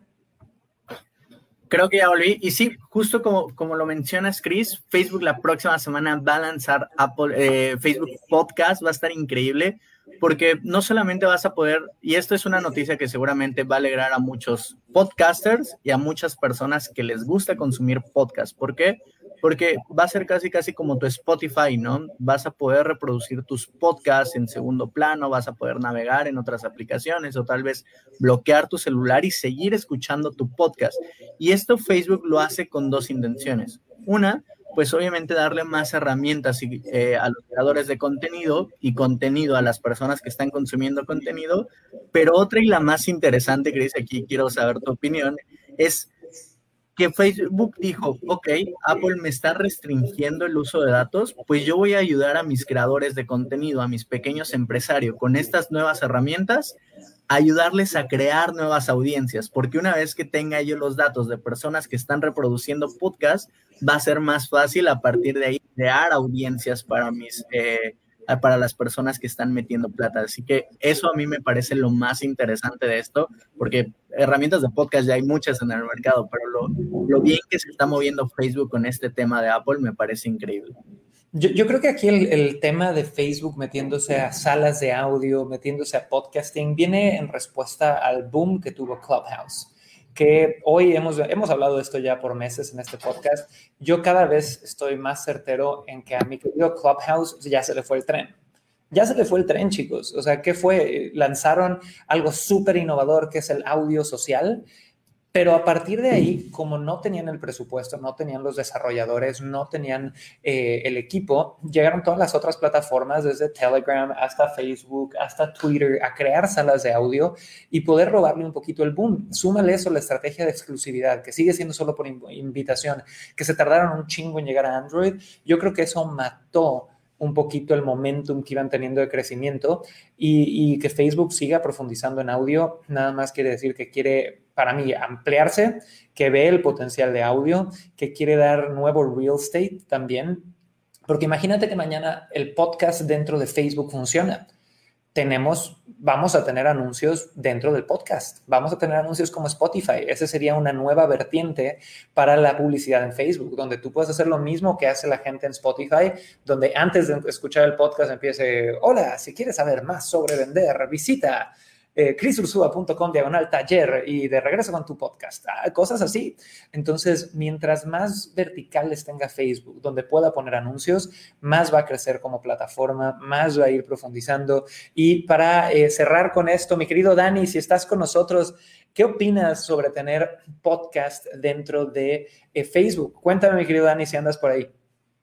Creo que ya volví. Y sí, justo como, como lo mencionas, Chris, Facebook la próxima semana va a lanzar Apple, eh, Facebook Podcast. Va a estar increíble porque no solamente vas a poder, y esto es una noticia que seguramente va a alegrar a muchos podcasters y a muchas personas que les gusta consumir podcast. ¿Por qué? Porque va a ser casi, casi como tu Spotify, ¿no? Vas a poder reproducir tus podcasts en segundo plano, vas a poder navegar en otras aplicaciones o tal vez bloquear tu celular y seguir escuchando tu podcast. Y esto Facebook lo hace con dos intenciones. Una, pues obviamente darle más herramientas eh, a los creadores de contenido y contenido a las personas que están consumiendo contenido. Pero otra y la más interesante, Chris, aquí quiero saber tu opinión, es que Facebook dijo, ok, Apple me está restringiendo el uso de datos, pues yo voy a ayudar a mis creadores de contenido, a mis pequeños empresarios, con estas nuevas herramientas, ayudarles a crear nuevas audiencias, porque una vez que tenga yo los datos de personas que están reproduciendo podcasts, va a ser más fácil a partir de ahí crear audiencias para mis... Eh, para las personas que están metiendo plata. Así que eso a mí me parece lo más interesante de esto, porque herramientas de podcast ya hay muchas en el mercado, pero lo, lo bien que se está moviendo Facebook con este tema de Apple me parece increíble. Yo, yo creo que aquí el, el tema de Facebook metiéndose a salas de audio, metiéndose a podcasting, viene en respuesta al boom que tuvo Clubhouse, que hoy hemos, hemos hablado de esto ya por meses en este podcast. Yo cada vez estoy más certero en que a mi querido Clubhouse ya se le fue el tren. Ya se le fue el tren, chicos. O sea, ¿qué fue? Lanzaron algo súper innovador que es el audio social, pero a partir de ahí, como no tenían el presupuesto, no tenían los desarrolladores, no tenían eh, el equipo, llegaron todas las otras plataformas, desde Telegram hasta Facebook, hasta Twitter, a crear salas de audio y poder robarle un poquito el boom. Súmale eso, la estrategia de exclusividad, que sigue siendo solo por invitación, que se tardaron un chingo en llegar a Android. Yo creo que eso mató un poquito el momentum que iban teniendo de crecimiento y, y que Facebook siga profundizando en audio, nada más quiere decir que quiere, para mí, ampliarse, que ve el potencial de audio, que quiere dar nuevo real estate también, porque imagínate que mañana el podcast dentro de Facebook funciona. Tenemos, vamos a tener anuncios dentro del podcast, vamos a tener anuncios como Spotify. Esa sería una nueva vertiente para la publicidad en Facebook, donde tú puedes hacer lo mismo que hace la gente en Spotify, donde antes de escuchar el podcast empiece, hola, si quieres saber más sobre vender, visita eh, chrisursua.com diagonal taller y de regreso con tu podcast, ah, cosas así. Entonces, mientras más verticales tenga Facebook, donde pueda poner anuncios, más va a crecer como plataforma, más va a ir profundizando. Y para eh, cerrar con esto, mi querido Dani, si estás con nosotros, ¿qué opinas sobre tener podcast dentro de eh, Facebook? Cuéntame, mi querido Dani, si andas por ahí.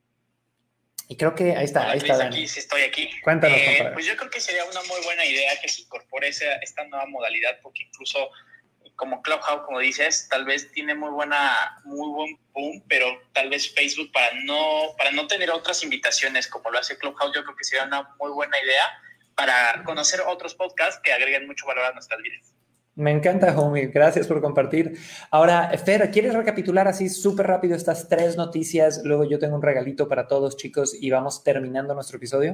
Y creo que ahí está, Hola, ahí Chris, está. Aquí, sí estoy aquí. Cuéntanos, eh, pues yo creo que sería una muy buena idea que se incorpore esa, esta nueva modalidad, porque incluso como Clubhouse, como dices, tal vez tiene muy buena, muy buen boom, pero tal vez Facebook para no, para no tener otras invitaciones como lo hace Clubhouse, yo creo que sería una muy buena idea para conocer otros podcasts que agreguen mucho valor a nuestras vidas. Me encanta, homie. Gracias por compartir. Ahora, Fer, ¿quieres recapitular así súper rápido estas tres noticias? Luego yo tengo un regalito para todos, chicos, y vamos terminando nuestro episodio.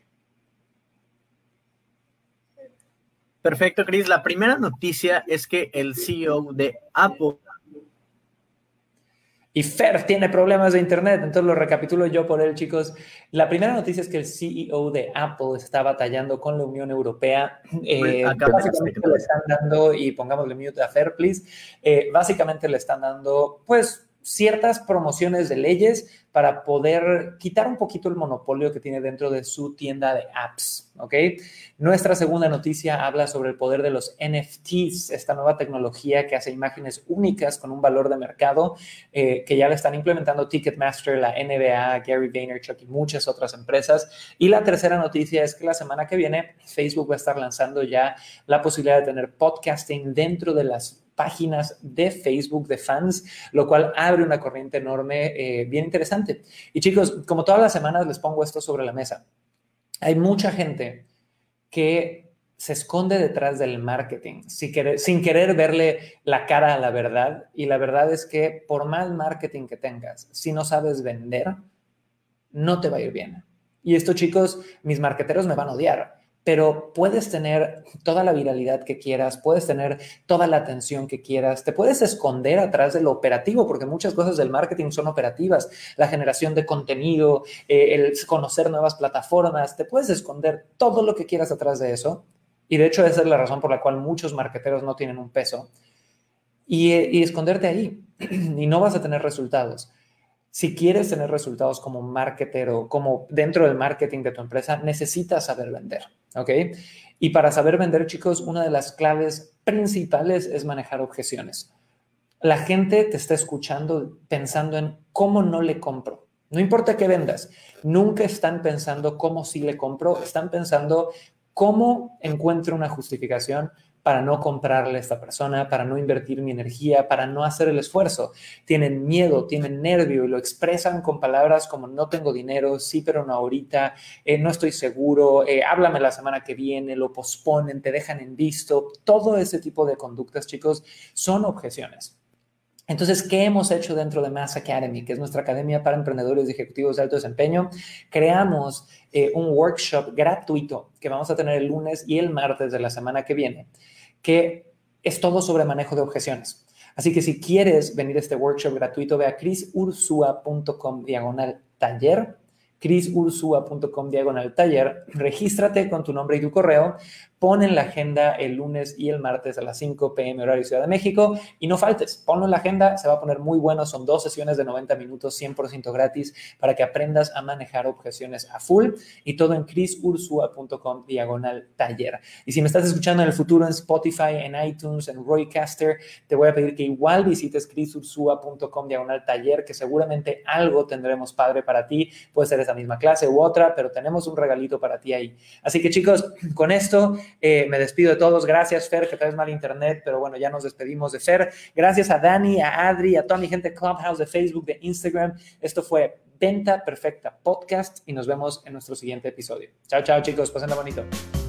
Perfecto, Chris. La primera noticia es que el C E O de Apple... Y Fer tiene problemas de internet, entonces lo recapitulo yo por él, chicos. La primera noticia es que el C E O de Apple está batallando con la Unión Europea. Eh, básicamente le están dando, y pongámosle mute a Fer, please, eh, básicamente le están dando, pues, ciertas promociones de leyes para poder quitar un poquito el monopolio que tiene dentro de su tienda de apps, ¿ok? Nuestra segunda noticia habla sobre el poder de los N F Ts, esta nueva tecnología que hace imágenes únicas con un valor de mercado eh, que ya le están implementando Ticketmaster, la N B A, Gary Vaynerchuk y muchas otras empresas. Y la tercera noticia es que la semana que viene Facebook va a estar lanzando ya la posibilidad de tener podcasting dentro de las páginas de Facebook de fans, lo cual abre una corriente enorme, eh, bien interesante. Y chicos, como todas las semanas les pongo esto sobre la mesa. Hay mucha gente que se esconde detrás del marketing sin querer, sin querer verle la cara a la verdad. Y la verdad es que por más marketing que tengas, si no sabes vender, no te va a ir bien. Y esto, chicos, mis marketeros me van a odiar. Pero puedes tener toda la viralidad que quieras, puedes tener toda la atención que quieras, te puedes esconder atrás de lo operativo, porque muchas cosas del marketing son operativas, la generación de contenido, eh, el conocer nuevas plataformas, te puedes esconder todo lo que quieras atrás de eso, y de hecho esa es la razón por la cual muchos marketeros no tienen un peso, y, y esconderte ahí, y no vas a tener resultados. Si quieres tener resultados como marketer o como dentro del marketing de tu empresa, necesitas saber vender, ¿ok? Y para saber vender, chicos, una de las claves principales es manejar objeciones. La gente te está escuchando pensando en cómo no le compro. No importa qué vendas, nunca están pensando cómo sí le compro, están pensando cómo encuentro una justificación para no comprarle a esta persona, para no invertir mi energía, para no hacer el esfuerzo. Tienen miedo, tienen nervio y lo expresan con palabras como no tengo dinero, sí, pero no ahorita, eh, no estoy seguro, eh, háblame la semana que viene, lo posponen, te dejan en visto. Todo ese tipo de conductas, chicos, son objeciones. Entonces, ¿qué hemos hecho dentro de Mass Academy, que es nuestra academia para emprendedores y ejecutivos de alto desempeño? Creamos eh, un workshop gratuito que vamos a tener el lunes y el martes de la semana que viene, que es todo sobre manejo de objeciones. Así que si quieres venir a este workshop gratuito, ve a crisursua.com diagonal taller, crisursua.com diagonal taller, regístrate con tu nombre y tu correo, pon en la agenda el lunes y el martes a las cinco p m horario Ciudad de México y no faltes, ponlo en la agenda, se va a poner muy bueno, son dos sesiones de noventa minutos, cien por ciento gratis para que aprendas a manejar objeciones a full y todo en crisursua.com diagonal taller. Y si me estás escuchando en el futuro en Spotify, en iTunes, en Roycaster, te voy a pedir que igual visites crisursua.com diagonal taller, que seguramente algo tendremos padre para ti, puede ser esa misma clase u otra, pero tenemos un regalito para ti ahí. Así que chicos, con esto eh, me despido de todos. Gracias, Fer, que traes mal internet, pero bueno, ya nos despedimos de Fer. Gracias a Dani, a Adri, a toda mi gente de Clubhouse, de Facebook, de Instagram. Esto fue Venta Perfecta Podcast y nos vemos en nuestro siguiente episodio. Chao, chao, chicos. Pásenla bonito.